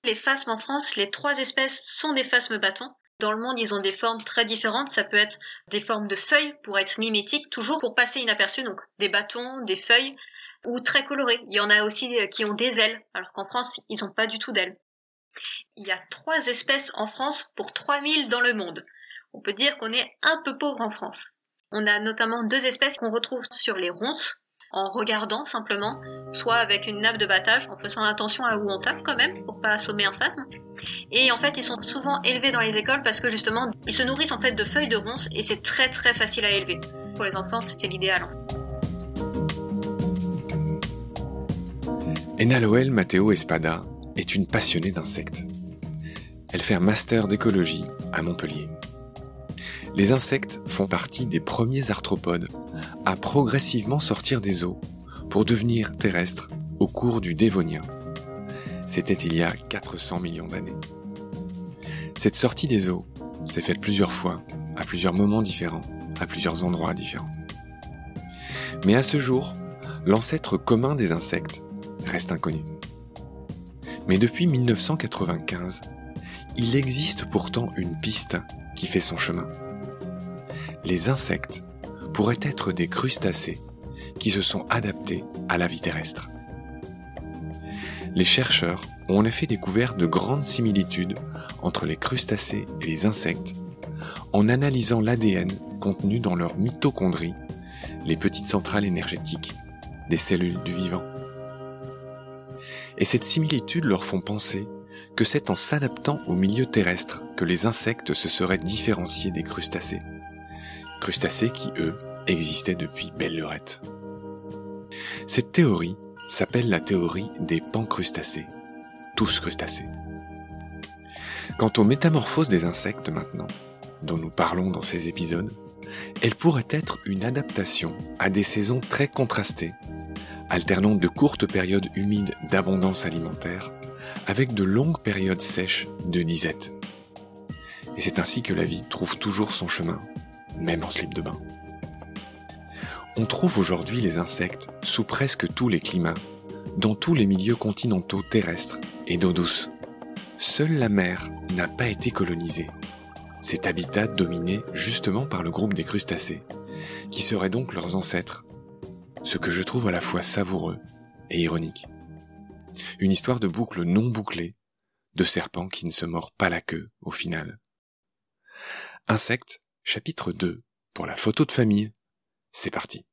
Les phasmes en France, les 3 espèces sont des phasmes bâtons. Dans le monde, ils ont des formes très différentes. Ça peut être des formes de feuilles pour être mimétiques, toujours pour passer inaperçu, donc des bâtons, des feuilles, ou très colorés. Il y en a aussi qui ont des ailes, alors qu'en France, ils n'ont pas du tout d'ailes. Il y a 3 espèces en France pour 3000 dans le monde. On peut dire qu'on est un peu pauvre en France. On a notamment 2 espèces qu'on retrouve sur les ronces, en regardant simplement, soit avec une nappe de battage, en faisant attention à où on tape quand même, pour pas assommer un phasme. Et en fait, ils sont souvent élevés dans les écoles parce que justement, ils se nourrissent en fait de feuilles de ronces et c'est très très facile à élever. Pour les enfants, c'est l'idéal. Ena Lowell Matteo Espada est une passionnée d'insectes. Elle fait un master d'écologie à Montpellier. Les insectes font partie des premiers arthropodes à progressivement sortir des eaux pour devenir terrestres au cours du Dévonien. C'était il y a 400 millions d'années. Cette sortie des eaux s'est faite plusieurs fois, à plusieurs moments différents, à plusieurs endroits différents. Mais à ce jour, l'ancêtre commun des insectes reste inconnu. Mais depuis 1995, il existe pourtant une piste qui fait son chemin. Les insectes pourraient être des crustacés qui se sont adaptés à la vie terrestre. Les chercheurs ont en effet découvert de grandes similitudes entre les crustacés et les insectes en analysant l'ADN contenu dans leurs mitochondries, les petites centrales énergétiques des cellules du vivant. Et cette similitude leur font penser que c'est en s'adaptant au milieu terrestre que les insectes se seraient différenciés des crustacés. Crustacés qui, eux, existaient depuis belle lurette. Cette théorie s'appelle la théorie des pancrustacés, tous crustacés. Quant aux métamorphoses des insectes maintenant, dont nous parlons dans ces épisodes, elles pourraient être une adaptation à des saisons très contrastées, alternant de courtes périodes humides d'abondance alimentaire avec de longues périodes sèches de disette. Et c'est ainsi que la vie trouve toujours son chemin, même en slip de bain. On trouve aujourd'hui les insectes sous presque tous les climats, dans tous les milieux continentaux terrestres et d'eau douce. Seule la mer n'a pas été colonisée. Cet habitat dominé justement par le groupe des crustacés, qui seraient donc leurs ancêtres. Ce que je trouve à la fois savoureux et ironique. Une histoire de boucle non bouclée, de serpent qui ne se mord pas la queue au final. Insectes, chapitre 2, pour la photo de famille. C'est parti.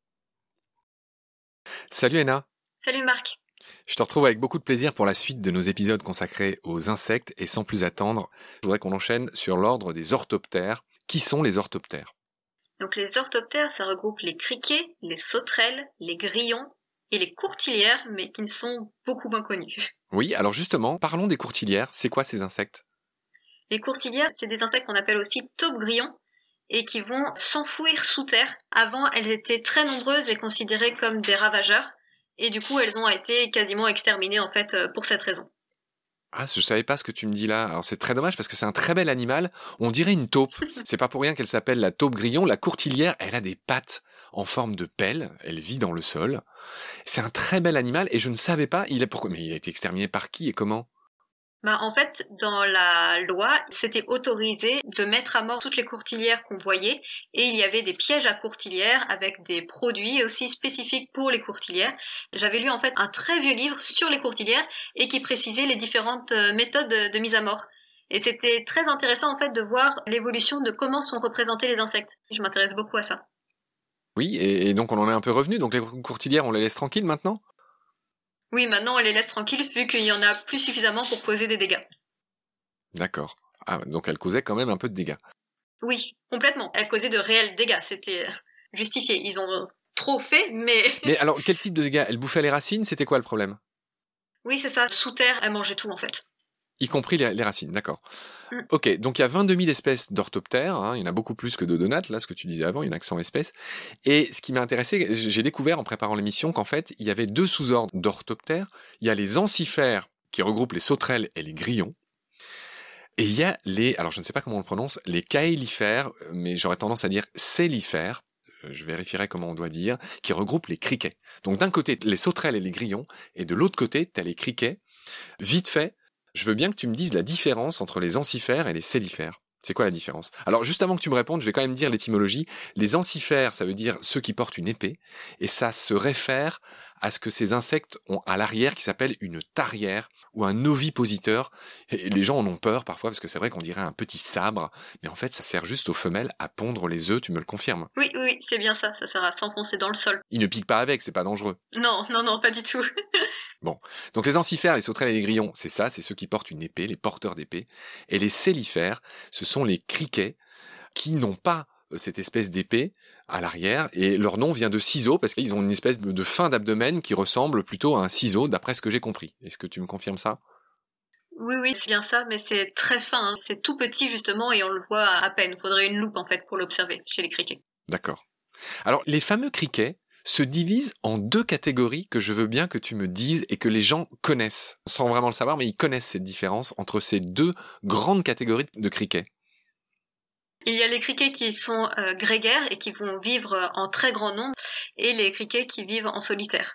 Salut Ena. Salut Marc. Je te retrouve avec beaucoup de plaisir pour la suite de nos épisodes consacrés aux insectes et sans plus attendre, je voudrais qu'on enchaîne sur l'ordre des orthoptères. Qui sont les orthoptères ? Donc les orthoptères, ça regroupe les criquets, les sauterelles, les grillons et les courtilières, mais qui ne sont beaucoup moins connus. Oui, alors justement, parlons des courtilières. C'est quoi ces insectes ? Les courtilières, c'est des insectes qu'on appelle aussi taupes-grillons et qui vont s'enfouir sous terre. Avant, elles étaient très nombreuses et considérées comme des ravageurs. Et du coup, elles ont été quasiment exterminées en fait pour cette raison. Ah, je savais pas ce que tu me dis là. Alors c'est très dommage parce que c'est un très bel animal. On dirait une taupe. C'est pas pour rien qu'elle s'appelle la taupe grillon. La courtilière, elle a des pattes en forme de pelle. Elle vit dans le sol. C'est un très bel animal et je ne savais pas. Mais il a été exterminé par qui et comment ? En fait, dans la loi, c'était autorisé de mettre à mort toutes les courtilières qu'on voyait et il y avait des pièges à courtilières avec des produits aussi spécifiques pour les courtilières. J'avais lu en fait un très vieux livre sur les courtilières et qui précisait les différentes méthodes de mise à mort. Et c'était très intéressant en fait de voir l'évolution de comment sont représentés les insectes. Je m'intéresse beaucoup à ça. Oui, et donc on en est un peu revenu. Donc les courtilières, on les laisse tranquilles maintenant ? Oui, maintenant on les laisse tranquilles vu qu'il y en a plus suffisamment pour causer des dégâts. D'accord. Ah, donc elles causaient quand même un peu de dégâts. Oui, complètement. Elles causaient de réels dégâts, c'était justifié. Ils ont trop fait, mais... Mais alors, quel type de dégâts ? Elles bouffaient les racines, c'était quoi le problème ? Oui, c'est ça. Sous terre, elles mangeaient tout en fait. Y compris les racines, d'accord. Ok, donc il y a 22 000 espèces d'orthoptères, hein, il y en a beaucoup plus que d'odonates, là, ce que tu disais avant, il y en a que 100 espèces. Et ce qui m'a intéressé, j'ai découvert en préparant l'émission qu'en fait, il y avait 2 sous-ordres d'orthoptères. Il y a les encifères, qui regroupent les sauterelles et les grillons. Et il y a alors je ne sais pas comment on le prononce, les caélifères, mais j'aurais tendance à dire cellifères, je vérifierai comment on doit dire, qui regroupent les criquets. Donc d'un côté, les sauterelles et les grillons, et de l'autre côté, t'as les criquets. Vite fait, Je veux bien que tu me dises la différence entre les ancifères et les cellifères. C'est quoi la différence? Alors, juste avant que tu me répondes, je vais quand même dire l'étymologie. Les ancifères, ça veut dire ceux qui portent une épée, et ça se réfère à ce que ces insectes ont à l'arrière qui s'appelle une tarière ou un ovipositeur. Et les gens en ont peur parfois parce que c'est vrai qu'on dirait un petit sabre, mais en fait, ça sert juste aux femelles à pondre les œufs, tu me le confirmes? Oui, oui, c'est bien ça. Ça sert à s'enfoncer dans le sol. Ils ne piquent pas avec, c'est pas dangereux. Non, non, non, pas du tout. Bon. Donc les ancifères, les sauterelles et les grillons, c'est ça, c'est ceux qui portent une épée, les porteurs d'épée. Et les cellifères, ce sont les criquets qui n'ont pas cette espèce d'épée à l'arrière, et leur nom vient de ciseaux, parce qu'ils ont une espèce de fin d'abdomen qui ressemble plutôt à un ciseau, d'après ce que j'ai compris. Est-ce que tu me confirmes ça? Oui, oui, c'est bien ça, mais c'est très fin, hein. C'est tout petit justement et on le voit à peine. Faudrait une loupe en fait pour l'observer chez les criquets. D'accord. Alors, les fameux criquets se divisent en deux catégories que je veux bien que tu me dises et que les gens connaissent, sans vraiment le savoir, mais ils connaissent cette différence entre ces deux grandes catégories de criquets. Il y a les criquets qui sont grégaires et qui vont vivre en très grand nombre, et les criquets qui vivent en solitaire.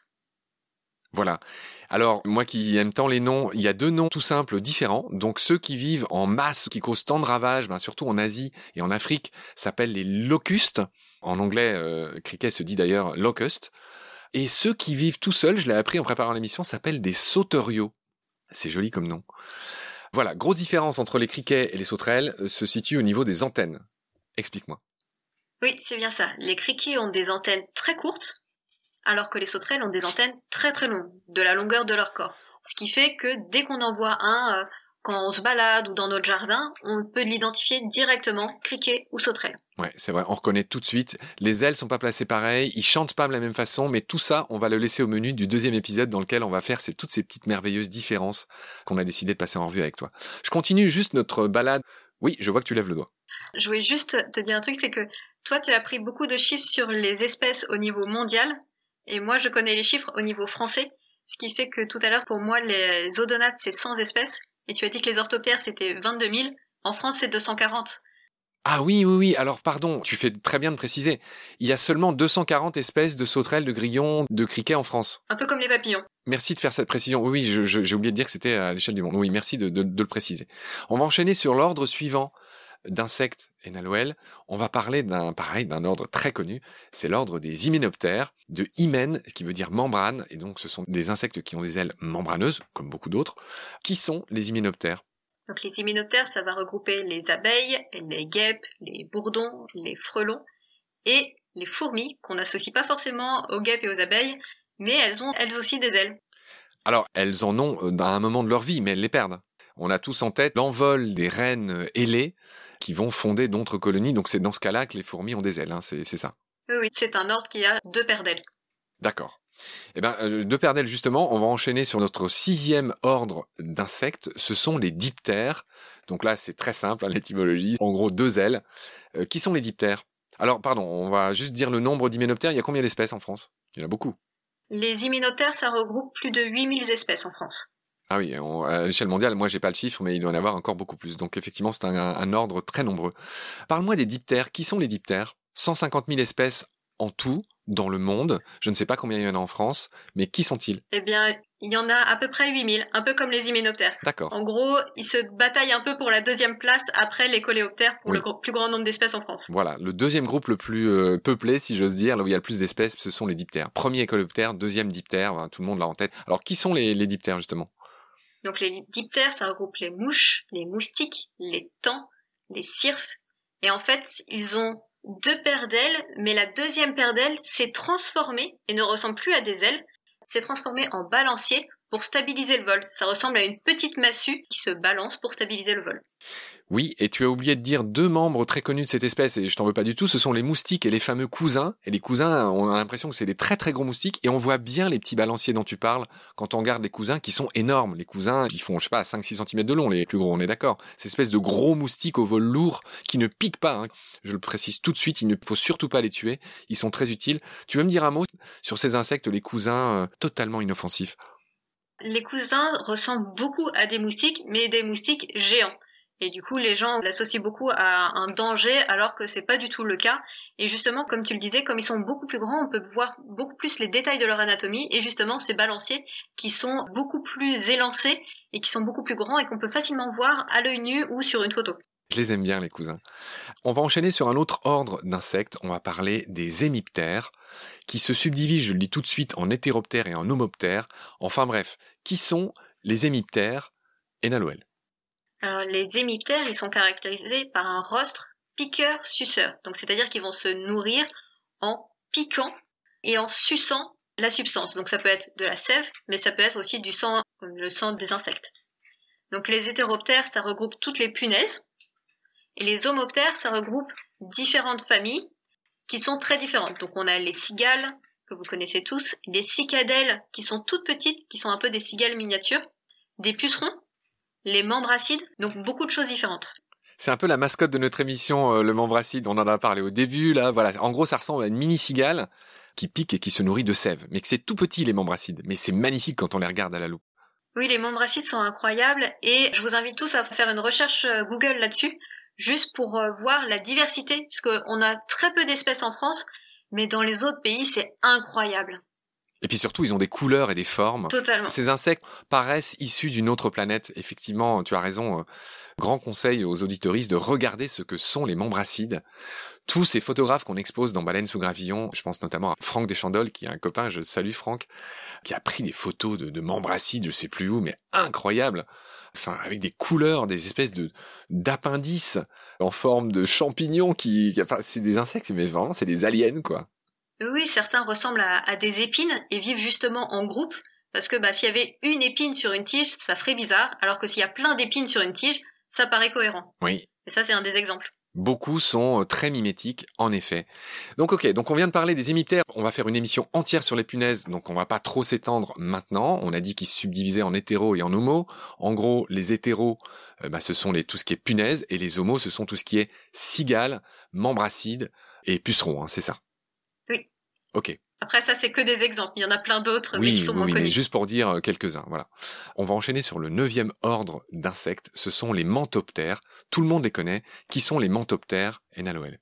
Voilà. Alors, moi qui aime tant les noms, il y a deux noms tout simples différents. Donc, ceux qui vivent en masse, qui causent tant de ravages, surtout en Asie et en Afrique, s'appellent les locustes. En anglais, cricket se dit d'ailleurs locust. Et ceux qui vivent tout seuls, je l'ai appris en préparant l'émission, s'appellent des sauteriaux. C'est joli comme nom. Voilà, grosse différence entre les criquets et les sauterelles se situe au niveau des antennes. Explique-moi. Oui, c'est bien ça. Les criquets ont des antennes très courtes, alors que les sauterelles ont des antennes très très longues, de la longueur de leur corps. Ce qui fait que dès qu'on en voit un, quand on se balade ou dans notre jardin, on peut l'identifier directement, criquet ou sauterelle. Ouais, c'est vrai, on reconnaît tout de suite. Les ailes sont pas placées pareil, ils chantent pas de la même façon, mais tout ça, on va le laisser au menu du deuxième épisode dans lequel on va faire toutes ces petites merveilleuses différences qu'on a décidé de passer en revue avec toi. Je continue juste notre balade. Oui, je vois que tu lèves le doigt. Je voulais juste te dire un truc, c'est que toi, tu as pris beaucoup de chiffres sur les espèces au niveau mondial, et moi, je connais les chiffres au niveau français, ce qui fait que tout à l'heure, pour moi, les odonates, c'est 100 espèces, et tu as dit que les orthoptères, c'était 22 000. En France, c'est 240. Ah oui, alors pardon, tu fais très bien de préciser. Il y a seulement 240 espèces de sauterelles, de grillons, de criquets en France. Un peu comme les papillons. Merci de faire cette précision. Oui, j'ai oublié de dire que c'était à l'échelle du monde. Oui, merci de le préciser. On va enchaîner sur l'ordre suivant d'insectes et Naloël. On va parler d'un ordre très connu. C'est l'ordre des hyménoptères, de hymen, qui veut dire membrane. Et donc, ce sont des insectes qui ont des ailes membraneuses, comme beaucoup d'autres. Qui sont les hyménoptères? Donc les hyménoptères, ça va regrouper les abeilles, les guêpes, les bourdons, les frelons et les fourmis, qu'on n'associe pas forcément aux guêpes et aux abeilles, mais elles ont elles aussi des ailes. Alors, elles en ont à un moment de leur vie, mais elles les perdent. On a tous en tête l'envol des reines ailées qui vont fonder d'autres colonies. Donc c'est dans ce cas-là que les fourmis ont des ailes, hein, c'est ça. Oui, c'est un ordre qui a 2 paires d'ailes. D'accord. Eh ben, 2 paires d'ailes justement, on va enchaîner sur notre 6e ordre d'insectes, ce sont les diptères. Donc là, c'est très simple, hein, l'étymologie, en gros 2 ailes. Qui sont les diptères? Alors, pardon, on va juste dire le nombre d'hyménoptères, il y a combien d'espèces en France? Il y en a beaucoup. Les hyménoptères, ça regroupe plus de 8000 espèces en France. Ah oui, à l'échelle mondiale, moi j'ai pas le chiffre, mais il doit y en avoir encore beaucoup plus. Donc effectivement, c'est un ordre très nombreux. Parle-moi des diptères. Qui sont les diptères? 150 000 espèces en tout dans le monde. Je ne sais pas combien il y en a en France, mais qui sont-ils? Eh bien, il y en a à peu près 8000, un peu comme les hyménoptères. D'accord. En gros, ils se bataillent un peu pour la 2e place après les coléoptères pour Oui. le plus grand nombre d'espèces en France. Voilà, le 2e groupe le plus peuplé, si j'ose dire, là où il y a le plus d'espèces, ce sont les diptères. Premier coléoptère, 2e diptère, tout le monde l'a en tête. Alors, qui sont les diptères, justement? Donc les diptères, ça regroupe les mouches, les moustiques, les tans, les cirfes. Et en fait, ils ont 2 paires d'ailes, mais la 2e paire d'ailes s'est transformée et ne ressemble plus à des ailes. C'est transformée en balancier pour stabiliser le vol. Ça ressemble à une petite massue qui se balance pour stabiliser le vol. Oui, et tu as oublié de dire 2 membres très connus de cette espèce, et je t'en veux pas du tout, ce sont les moustiques et les fameux cousins. Et les cousins, on a l'impression que c'est des très très gros moustiques, et on voit bien les petits balanciers dont tu parles quand on regarde les cousins qui sont énormes. Les cousins qui font, 5-6 cm de long, les plus gros, on est d'accord. Ces espèces de gros moustiques au vol lourd qui ne piquent pas, hein. Je le précise tout de suite, il ne faut surtout pas les tuer, ils sont très utiles. Tu veux me dire un mot sur ces insectes, les cousins totalement inoffensifs? Les cousins ressemblent beaucoup à des moustiques, mais des moustiques géants. Et du coup, les gens l'associent beaucoup à un danger alors que c'est pas du tout le cas. Et justement, comme tu le disais, comme ils sont beaucoup plus grands, on peut voir beaucoup plus les détails de leur anatomie et justement ces balanciers qui sont beaucoup plus élancés et qui sont beaucoup plus grands et qu'on peut facilement voir à l'œil nu ou sur une photo. Je les aime bien, les cousins. On va enchaîner sur un autre ordre d'insectes. On va parler des hémiptères, qui se subdivisent, je le dis tout de suite, en hétéroptères et en homoptères. Enfin bref, qui sont les hémiptères, Ena Loel? Alors, les hémiptères, ils sont caractérisés par un rostre piqueur-suceur. Donc, c'est-à-dire qu'ils vont se nourrir en piquant et en suçant la substance. Donc, ça peut être de la sève, mais ça peut être aussi du sang, comme le sang des insectes. Donc, les hétéroptères, ça regroupe toutes les punaises. Et les homoptères, ça regroupe différentes familles qui sont très différentes. Donc, on a les cigales, que vous connaissez tous, les cicadelles, qui sont toutes petites, qui sont un peu des cigales miniatures, des pucerons, les membracides, donc beaucoup de choses différentes. C'est un peu la mascotte de notre émission, le membracide. On en a parlé au début, là. Voilà. En gros, ça ressemble à une mini cigale qui pique et qui se nourrit de sève. Mais que c'est tout petit, les membracides. Mais c'est magnifique quand on les regarde à la loupe. Oui, les membracides sont incroyables et je vous invite tous à faire une recherche Google là-dessus, juste pour voir la diversité, puisqu'on a très peu d'espèces en France, mais dans les autres pays, c'est incroyable. Et puis surtout, ils ont des couleurs et des formes. Totalement. Ces insectes paraissent issus d'une autre planète. Effectivement, tu as raison. Grand conseil aux auditeuristes de regarder ce que sont les membracides. Tous ces photographes qu'on expose dans Baleines sous gravillon, je pense notamment à Franck Deschandoles, qui est un copain, je salue Franck, qui a pris des photos de membracides, je sais plus où, mais incroyables. Enfin, avec des couleurs, des espèces d'appendices en forme de champignons enfin, c'est des insectes, mais vraiment, c'est des aliens, quoi. Oui, certains ressemblent à des épines et vivent justement en groupe, parce que s'il y avait une épine sur une tige, ça ferait bizarre, alors que s'il y a plein d'épines sur une tige, ça paraît cohérent. Oui. Et ça, c'est un des exemples. Beaucoup sont très mimétiques, en effet. Donc ok, donc on vient de parler des hémiptères, on va faire une émission entière sur les punaises, donc on va pas trop s'étendre maintenant. On a dit qu'ils se subdivisaient en hétéros et en homos. En gros, les hétéros, ce sont tout ce qui est punaises, et les homos, ce sont tout ce qui est cigales, membracides et pucerons, hein, c'est ça? Oui. Ok. Après, ça, c'est que des exemples. Il y en a plein d'autres, mais qui sont moins connus. Mais juste pour dire quelques-uns, voilà. On va enchaîner sur le 9e ordre d'insectes. Ce sont les manthoptères. Tout le monde les connaît. Qui sont les manthoptères, Ena Loel?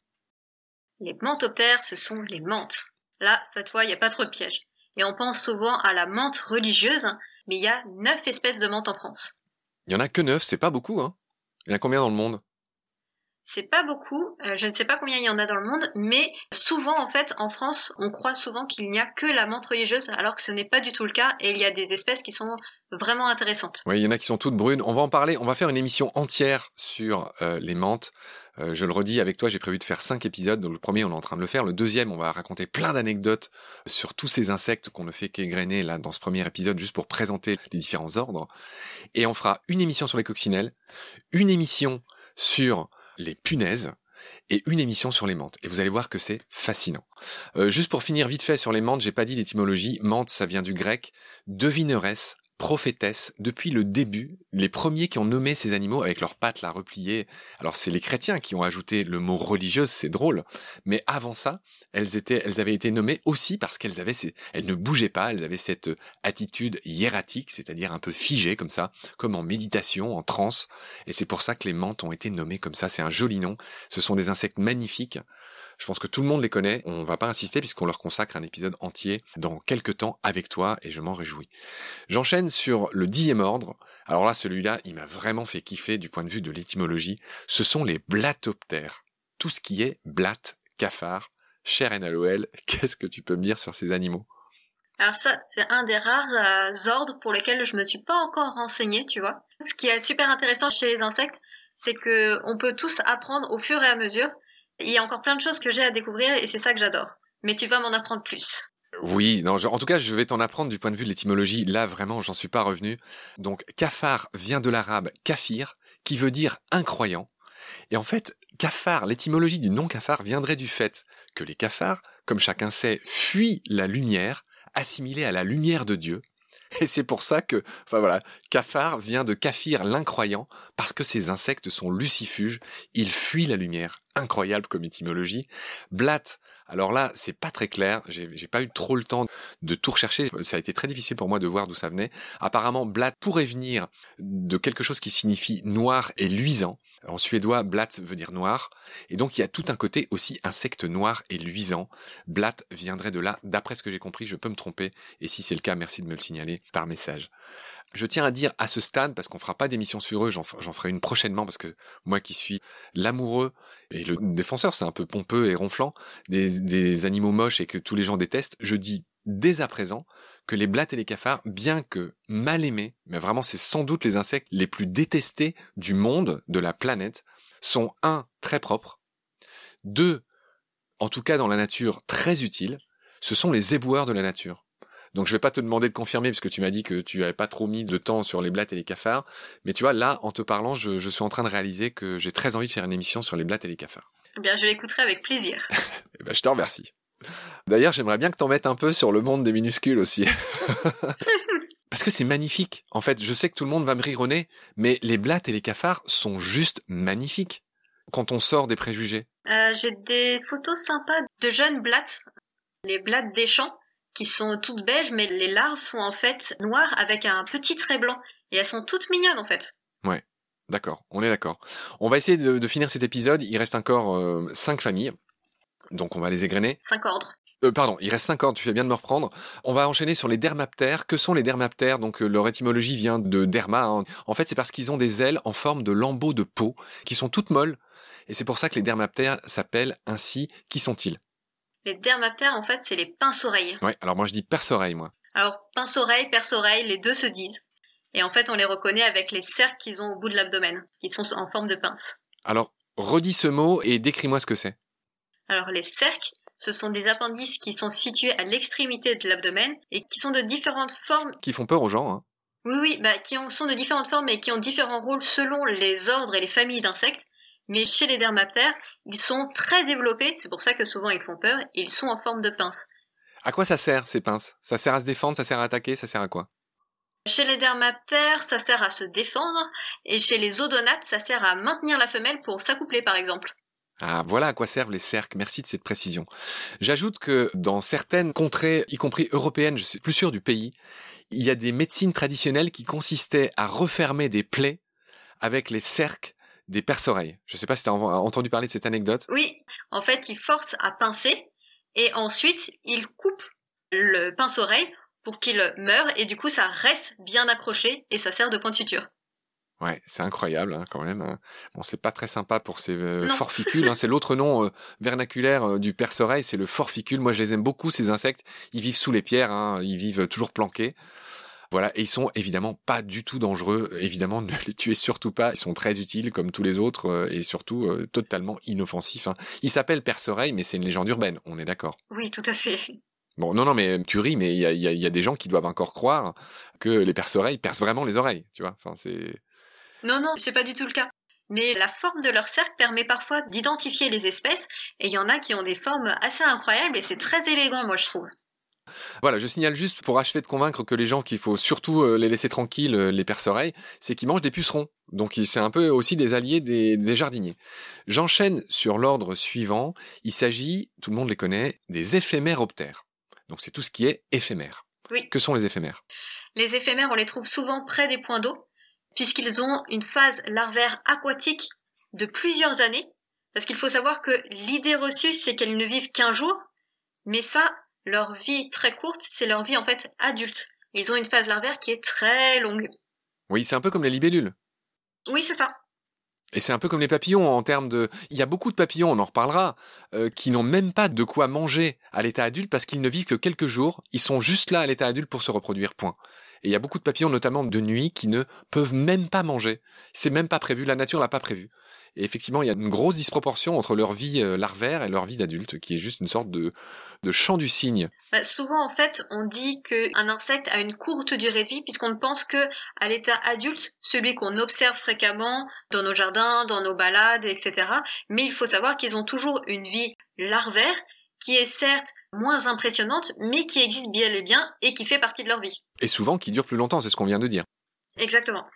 Les manthoptères, ce sont les menthes. Là, cette fois, il n'y a pas trop de pièges. Et on pense souvent à la menthe religieuse, mais il y a 9 espèces de menthes en France. Il y en a que 9, c'est pas beaucoup, hein? Il y en a combien dans le monde? C'est pas beaucoup, je ne sais pas combien il y en a dans le monde, mais souvent, en fait, en France, on croit souvent qu'il n'y a que la menthe religieuse, alors que ce n'est pas du tout le cas, et il y a des espèces qui sont vraiment intéressantes. Oui, il y en a qui sont toutes brunes. On va en parler, on va faire une émission entière sur les menthes. Je le redis, avec toi, j'ai prévu de faire 5 épisodes. Donc le premier, on est en train de le faire. Le deuxième, on va raconter plein d'anecdotes sur tous ces insectes qu'on ne fait qu'égrener là dans ce premier épisode, juste pour présenter les différents ordres. Et on fera une émission sur les coccinelles, une émission sur les punaises et une émission sur les menthes. Et vous allez voir que c'est fascinant. Juste pour finir vite fait sur les menthes, j'ai pas dit l'étymologie. Menthe, ça vient du grec devineresse, prophétesse. Depuis le début, les premiers qui ont nommé ces animaux avec leurs pattes là repliées, alors c'est les chrétiens qui ont ajouté le mot religieuse, c'est drôle, mais avant ça, elles avaient été nommées aussi parce qu'elles ne bougeaient pas, elles avaient cette attitude hiératique, c'est-à-dire un peu figée comme ça, comme en méditation, en transe, et c'est pour ça que les menthes ont été nommées comme ça. C'est un joli nom. Ce sont des insectes magnifiques. Je pense que tout le monde les connaît. On va pas insister puisqu'on leur consacre un épisode entier dans quelques temps avec toi et je m'en réjouis. J'enchaîne sur le 10e ordre. Alors là, celui-là, il m'a vraiment fait kiffer du point de vue de l'étymologie. Ce sont les blattoptères. Tout ce qui est blatte, cafard. Cher Ena Loel, qu'est-ce que tu peux me dire sur ces animaux? Alors ça, c'est un des rares ordres pour lesquels je me suis pas encore renseignée, tu vois. Ce qui est super intéressant chez les insectes, c'est que on peut tous apprendre au fur et à mesure. Il y a encore plein de choses que j'ai à découvrir et c'est ça que j'adore. Mais tu vas m'en apprendre plus. Oui, non, en tout cas, je vais t'en apprendre du point de vue de l'étymologie. Là, vraiment, j'en suis pas revenu. Donc, cafard vient de l'arabe kafir, qui veut dire incroyant. Et en fait, cafard, l'étymologie du nom cafard viendrait du fait que les cafards, comme chacun sait, fuient la lumière, assimilés à la lumière de Dieu. Et c'est pour ça que, cafard vient de kafir, l'incroyant, parce que ces insectes sont lucifuges, ils fuient la lumière. Incroyable comme étymologie. Blatte, alors là, c'est pas très clair, j'ai pas eu trop le temps de tout rechercher, ça a été très difficile pour moi de voir d'où ça venait. Apparemment, blatte pourrait venir de quelque chose qui signifie noir et luisant, En suédois, blatt veut dire noir, et donc il y a tout un côté aussi insecte noir et luisant. Blatt viendrait de là, d'après ce que j'ai compris, je peux me tromper, et si c'est le cas, merci de me le signaler par message. Je tiens à dire à ce stade, parce qu'on fera pas d'émission sur eux, j'en ferai une prochainement, parce que moi qui suis l'amoureux et le défenseur, c'est un peu pompeux et ronflant, des animaux moches et que tous les gens détestent, je dis dès à présent que les blattes et les cafards, bien que mal aimés, mais vraiment c'est sans doute les insectes les plus détestés du monde, de la planète, sont 1, très propres, 2, en tout cas dans la nature, très utiles, ce sont les éboueurs de la nature. Donc je vais pas te demander de confirmer parce que tu m'as dit que tu avais pas trop mis de temps sur les blattes et les cafards, mais tu vois là en te parlant, je suis en train de réaliser que j'ai très envie de faire une émission sur les blattes et les cafards. Eh bien, je l'écouterai avec plaisir. Eh ben, je te remercie. D'ailleurs, j'aimerais bien que t'en mettes un peu sur le monde des minuscules aussi. Parce que c'est magnifique. En fait, je sais que tout le monde va me rironner, mais les blattes et les cafards sont juste magnifiques quand on sort des préjugés. J'ai des photos sympas de jeunes blattes, les blattes des champs, qui sont toutes beiges, mais les larves sont en fait noires avec un petit trait blanc. Et elles sont toutes mignonnes en fait. Ouais, d'accord, on est d'accord. On va essayer de finir cet épisode. Il reste encore 5 familles. Donc on va les égrener. 5 ordres. Pardon, il reste 5 ordres, tu fais bien de me reprendre. On va enchaîner sur les dermaptères. Que sont les dermaptères? Donc leur étymologie vient de derma. Hein. En fait, c'est parce qu'ils ont des ailes en forme de lambeaux de peau qui sont toutes molles. Et c'est pour ça que les dermaptères s'appellent ainsi. Qui sont-ils? Les dermaptères, en fait, c'est les pince-oreilles. Ouais, alors moi je dis perce-oreille, moi. Alors, pince-oreille, perce-oreille, les deux se disent. Et en fait, on les reconnaît avec les cercles qu'ils ont au bout de l'abdomen, qui sont en forme de pince. Alors, redis ce mot et décris-moi ce que c'est. Alors, les cercles, ce sont des appendices qui sont situés à l'extrémité de l'abdomen et qui sont de différentes formes. Qui font peur aux gens, hein. Oui, sont de différentes formes et qui ont différents rôles selon les ordres et les familles d'insectes. Mais chez les dermaptères, ils sont très développés, c'est pour ça que souvent ils font peur, et ils sont en forme de pince. À quoi ça sert, ces pinces? Ça sert à se défendre, ça sert à attaquer, ça sert à quoi? Chez les dermaptères, ça sert à se défendre, et chez les odonates, ça sert à maintenir la femelle pour s'accoupler par exemple. Ah, voilà à quoi servent les cercles, merci de cette précision. J'ajoute que dans certaines contrées, y compris européennes, je suis plus sûr du pays, il y a des médecines traditionnelles qui consistaient à refermer des plaies avec les cercles des perce-oreilles. Je sais pas si tu as entendu parler de cette anecdote. Oui, en fait, ils forcent à pincer, et ensuite, ils coupent le pince-oreille pour qu'il meure, et du coup, ça reste bien accroché, et ça sert de point de suture. Ouais, c'est incroyable hein, quand même. Hein. Bon, c'est pas très sympa pour ces Non. forficules. Hein. C'est l'autre nom vernaculaire du perce-oreille, c'est le forficule. Moi, je les aime beaucoup, ces insectes. Ils vivent sous les pierres, hein. Ils vivent toujours planqués. Voilà, et ils sont évidemment pas du tout dangereux. Évidemment, ne les tuez surtout pas. Ils sont très utiles comme tous les autres et surtout totalement inoffensifs. Hein. Ils s'appellent perce-oreille, mais c'est une légende urbaine. On est d'accord. Oui, tout à fait. Bon, non, mais tu ris, mais il y a des gens qui doivent encore croire que les perce-oreilles percent vraiment les oreilles. Tu vois, enfin c'est. Non, c'est pas du tout le cas. Mais la forme de leur cercle permet parfois d'identifier les espèces, et il y en a qui ont des formes assez incroyables, et c'est très élégant, moi, je trouve. Voilà, je signale juste pour achever de convaincre que les gens qu'il faut surtout les laisser tranquilles, les perce-oreilles, c'est qu'ils mangent des pucerons. Donc c'est un peu aussi des alliés des jardiniers. J'enchaîne sur l'ordre suivant. Il s'agit, tout le monde les connaît, des éphéméroptères. Donc c'est tout ce qui est éphémère. Oui. Que sont les éphémères? Les éphémères, on les trouve souvent près des points d'eau, puisqu'ils ont une phase larvaire aquatique de plusieurs années. Parce qu'il faut savoir que l'idée reçue, c'est qu'elles ne vivent qu'1 jour, mais ça, leur vie très courte, c'est leur vie en fait adulte. Ils ont une phase larvaire qui est très longue. Oui, c'est un peu comme les libellules. Oui, c'est ça. Et c'est un peu comme les papillons en termes de... Il y a beaucoup de papillons, on en reparlera, qui n'ont même pas de quoi manger à l'état adulte parce qu'ils ne vivent que quelques jours. Ils sont juste là à l'état adulte pour se reproduire, point. Et il y a beaucoup de papillons, notamment de nuit, qui ne peuvent même pas manger. C'est même pas prévu, la nature l'a pas prévu. Et effectivement, il y a une grosse disproportion entre leur vie larvaire et leur vie d'adulte, qui est juste une sorte de chant du cygne. Souvent, en fait, on dit qu'un insecte a une courte durée de vie, puisqu'on ne pense que à l'état adulte, celui qu'on observe fréquemment dans nos jardins, dans nos balades, etc. Mais il faut savoir qu'ils ont toujours une vie larvaire, qui est certes moins impressionnante, mais qui existe bien et bien, et qui fait partie de leur vie. Et souvent qui dure plus longtemps, c'est ce qu'on vient de dire. Exactement.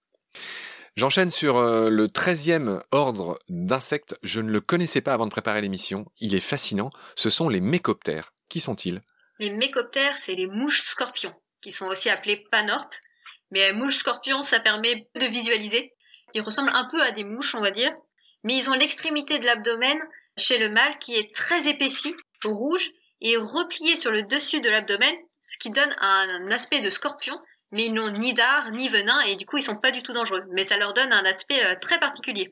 J'enchaîne sur le 13e ordre d'insectes. Je ne le connaissais pas avant de préparer l'émission. Il est fascinant. Ce sont les mécoptères. Qui sont-ils? Les mécoptères, c'est les mouches-scorpions, qui sont aussi appelées panorpes. Mais mouches-scorpions, ça permet de visualiser, Ils ressemblent un peu à des mouches, on va dire, mais ils ont l'extrémité de l'abdomen chez le mâle qui est très épaissie, rouge, et repliée sur le dessus de l'abdomen, ce qui donne un aspect de scorpion, mais ils n'ont ni dard, ni venin, et du coup, ils sont pas du tout dangereux. Mais ça leur donne un aspect très particulier.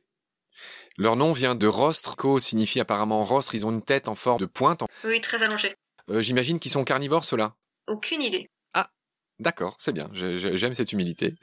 Leur nom vient de rostre, co signifie apparemment rostre, ils ont une tête en forme de pointe. Oui, très allongée. J'imagine qu'ils sont carnivores, ceux-là. Aucune idée. Ah, d'accord, c'est bien, j'aime cette humilité.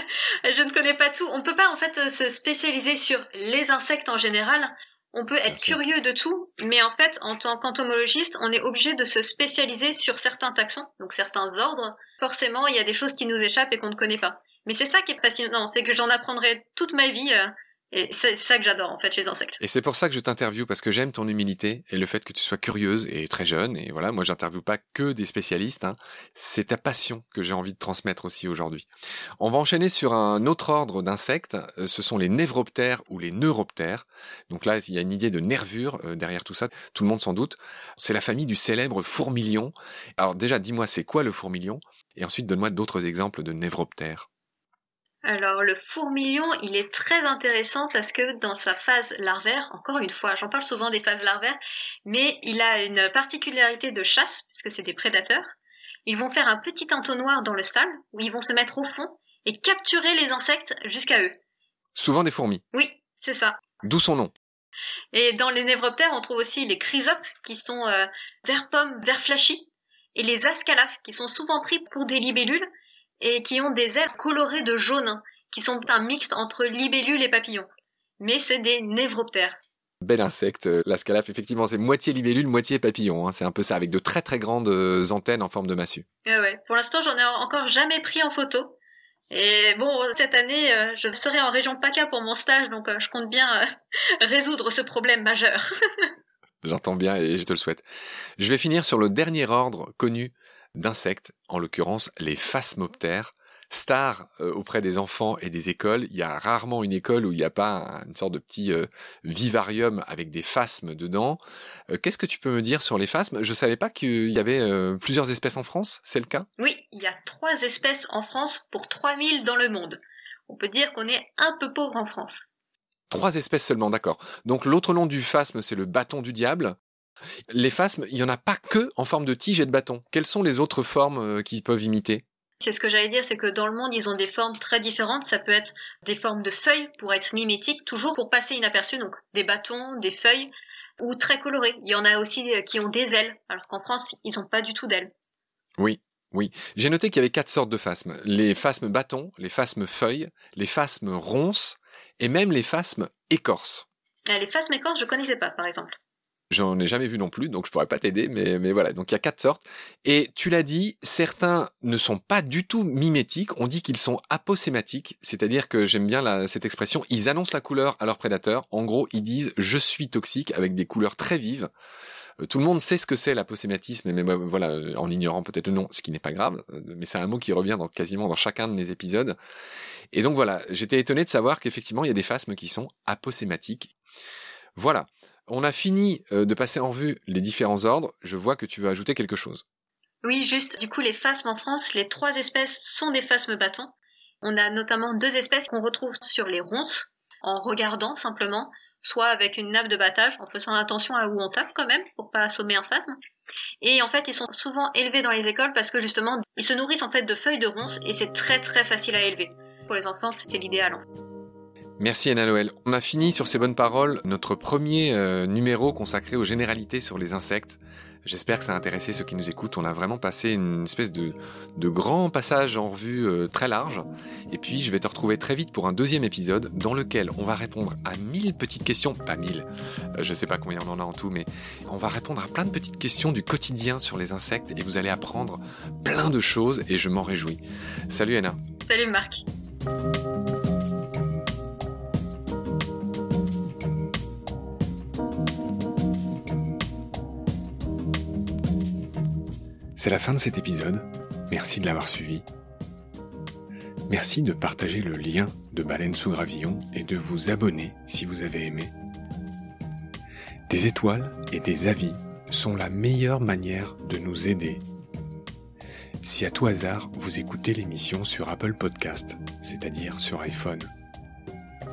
Je ne connais pas tout. On peut pas en fait se spécialiser sur les insectes en général. On peut être curieux de tout, mais en fait, en tant qu'entomologiste, on est obligé de se spécialiser sur certains taxons, donc certains ordres. Forcément, il y a des choses qui nous échappent et qu'on ne connaît pas. Mais c'est ça qui est fascinant, c'est que j'en apprendrai toute ma vie. Et c'est ça que j'adore en fait chez les insectes. Et c'est pour ça que je t'interviewe, parce que j'aime ton humilité et le fait que tu sois curieuse et très jeune. Et voilà, moi j'interviewe pas que des spécialistes, hein. C'est ta passion que j'ai envie de transmettre aussi aujourd'hui. On va enchaîner sur un autre ordre d'insectes, ce sont les névroptères ou les neuroptères. Donc là, il y a une idée de nervure derrière tout ça, tout le monde s'en doute. C'est la famille du célèbre fourmilion. Alors déjà, dis-moi, c'est quoi le fourmilion? Et ensuite, donne-moi d'autres exemples de névroptères. Alors le fourmilion, il est très intéressant parce que dans sa phase larvaire, encore une fois, j'en parle souvent des phases larvaires, mais il a une particularité de chasse, puisque c'est des prédateurs. Ils vont faire un petit entonnoir dans le sol, où ils vont se mettre au fond et capturer les insectes jusqu'à eux. Souvent des fourmis. Oui, c'est ça. D'où son nom. Et dans les névroptères, on trouve aussi les chrysopes, qui sont vert pomme, vert flashy, et les ascalaphes, qui sont souvent pris pour des libellules, et qui ont des ailes colorées de jaune, qui sont un mixte entre libellule et papillon. Mais c'est des névroptères. Bel insecte, l'ascalaphe, effectivement, c'est moitié libellule, moitié papillon, hein. C'est un peu ça, avec de très très grandes antennes en forme de massue. Ouais. Pour l'instant, j'en ai encore jamais pris en photo. Et bon, cette année, je serai en région PACA pour mon stage, donc je compte bien résoudre ce problème majeur. J'entends bien et je te le souhaite. Je vais finir sur le dernier ordre connu d'insectes, en l'occurrence les phasmoptères. Stars auprès des enfants et des écoles, il y a rarement une école où il n'y a pas une sorte de petit vivarium avec des phasmes dedans. Qu'est-ce que tu peux me dire sur les phasmes? Je savais pas qu'il y avait plusieurs espèces en France, c'est le cas? Oui, il y a 3 espèces en France pour 3000 dans le monde. On peut dire qu'on est un peu pauvre en France. 3 espèces seulement, d'accord. Donc l'autre nom du phasme, c'est le bâton du diable. Les phasmes, il n'y en a pas que en forme de tige et de bâton. Quelles sont les autres formes qu'ils peuvent imiter? C'est ce que j'allais dire, c'est que dans le monde, ils ont des formes très différentes. Ça peut être des formes de feuilles pour être mimétiques, toujours pour passer inaperçu, donc des bâtons, des feuilles, ou très colorés. Il y en a aussi qui ont des ailes, alors qu'en France, ils n'ont pas du tout d'ailes. Oui. J'ai noté qu'il y avait 4 sortes de phasmes. Les phasmes bâtons, les phasmes feuilles, les phasmes ronces et même les phasmes écorces. Les phasmes écorces, je connaissais pas, par exemple. J'en ai jamais vu non plus, donc je pourrais pas t'aider, mais voilà. Donc il y a 4 sortes. Et tu l'as dit, certains ne sont pas du tout mimétiques. On dit qu'ils sont aposématiques, c'est-à-dire que j'aime bien cette expression. Ils annoncent la couleur à leurs prédateurs. En gros, ils disent je suis toxique avec des couleurs très vives. Tout le monde sait ce que c'est l'aposématisme, mais voilà, en ignorant peut-être le nom, ce qui n'est pas grave. Mais c'est un mot qui revient quasiment dans chacun de mes épisodes. Et donc voilà, j'étais étonné de savoir qu'effectivement il y a des phasmes qui sont aposématiques. Voilà. On a fini de passer en revue les différents ordres. Je vois que tu veux ajouter quelque chose. Oui, juste. Du coup, les phasmes en France, les 3 espèces sont des phasmes bâtons. On a notamment 2 espèces qu'on retrouve sur les ronces, en regardant simplement, soit avec une nappe de battage, en faisant attention à où on tape quand même, pour pas assommer un phasme. Et en fait, ils sont souvent élevés dans les écoles parce que justement, ils se nourrissent en fait de feuilles de ronces et c'est très très facile à élever. Pour les enfants, c'est l'idéal. Merci Anna Noël. On a fini sur ces bonnes paroles notre premier numéro consacré aux généralités sur les insectes. J'espère que ça a intéressé ceux qui nous écoutent. On a vraiment passé une espèce de grand passage en revue très large. Et puis je vais te retrouver très vite pour un deuxième épisode dans lequel on va répondre à 1000 petites questions. Pas 1000, je sais pas combien on en a en tout, mais on va répondre à plein de petites questions du quotidien sur les insectes et vous allez apprendre plein de choses et je m'en réjouis. Salut Anna. Salut Marc. C'est la fin de cet épisode. Merci de l'avoir suivi. Merci de partager le lien de Baleine sous Gravillon et de vous abonner si vous avez aimé. Des étoiles et des avis sont la meilleure manière de nous aider. Si à tout hasard vous écoutez l'émission sur Apple Podcast, c'est-à-dire sur iPhone,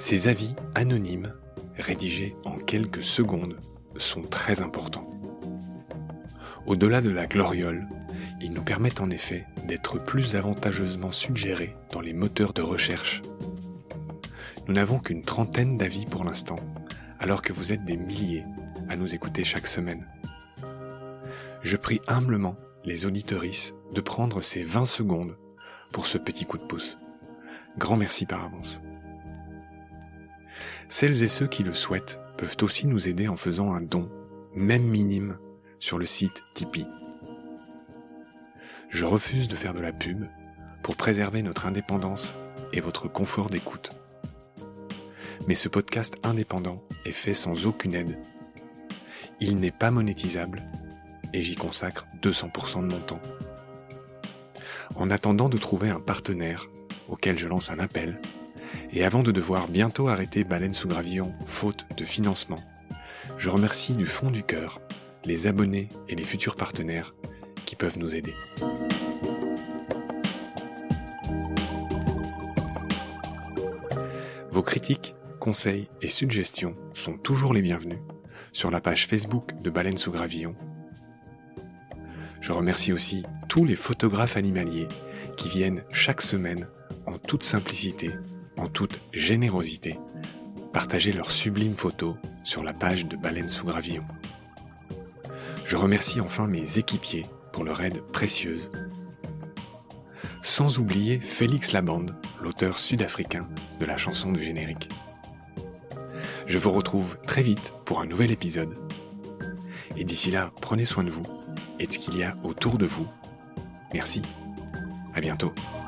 Ces avis anonymes, rédigés en quelques secondes, sont très importants. Au-delà de la gloriole, ils nous permettent en effet d'être plus avantageusement suggérés dans les moteurs de recherche. Nous n'avons qu'une trentaine d'avis pour l'instant, alors que vous êtes des milliers à nous écouter chaque semaine. Je prie humblement les auditorices de prendre ces 20 secondes pour ce petit coup de pouce. Grand merci par avance. Celles et ceux qui le souhaitent peuvent aussi nous aider en faisant un don, même minime, sur le site Tipeee. Je refuse de faire de la pub pour préserver notre indépendance et votre confort d'écoute. Mais ce podcast indépendant est fait sans aucune aide. Il n'est pas monétisable et j'y consacre 200% de mon temps. En attendant de trouver un partenaire auquel je lance un appel, et avant de devoir bientôt arrêter Baleine sous Gravillon faute de financement, je remercie du fond du cœur les abonnés et les futurs partenaires qui peuvent nous aider. Vos critiques, conseils et suggestions sont toujours les bienvenus sur la page Facebook de Baleine sous Gravillon. Je remercie aussi tous les photographes animaliers qui viennent chaque semaine en toute simplicité, en toute générosité, partager leurs sublimes photos sur la page de Baleine sous Gravillon. Je remercie enfin mes équipiers pour leur aide précieuse. Sans oublier Félix Labande, l'auteur sud-africain de la chanson du générique. Je vous retrouve très vite pour un nouvel épisode. Et d'ici là, prenez soin de vous et de ce qu'il y a autour de vous. Merci. À bientôt.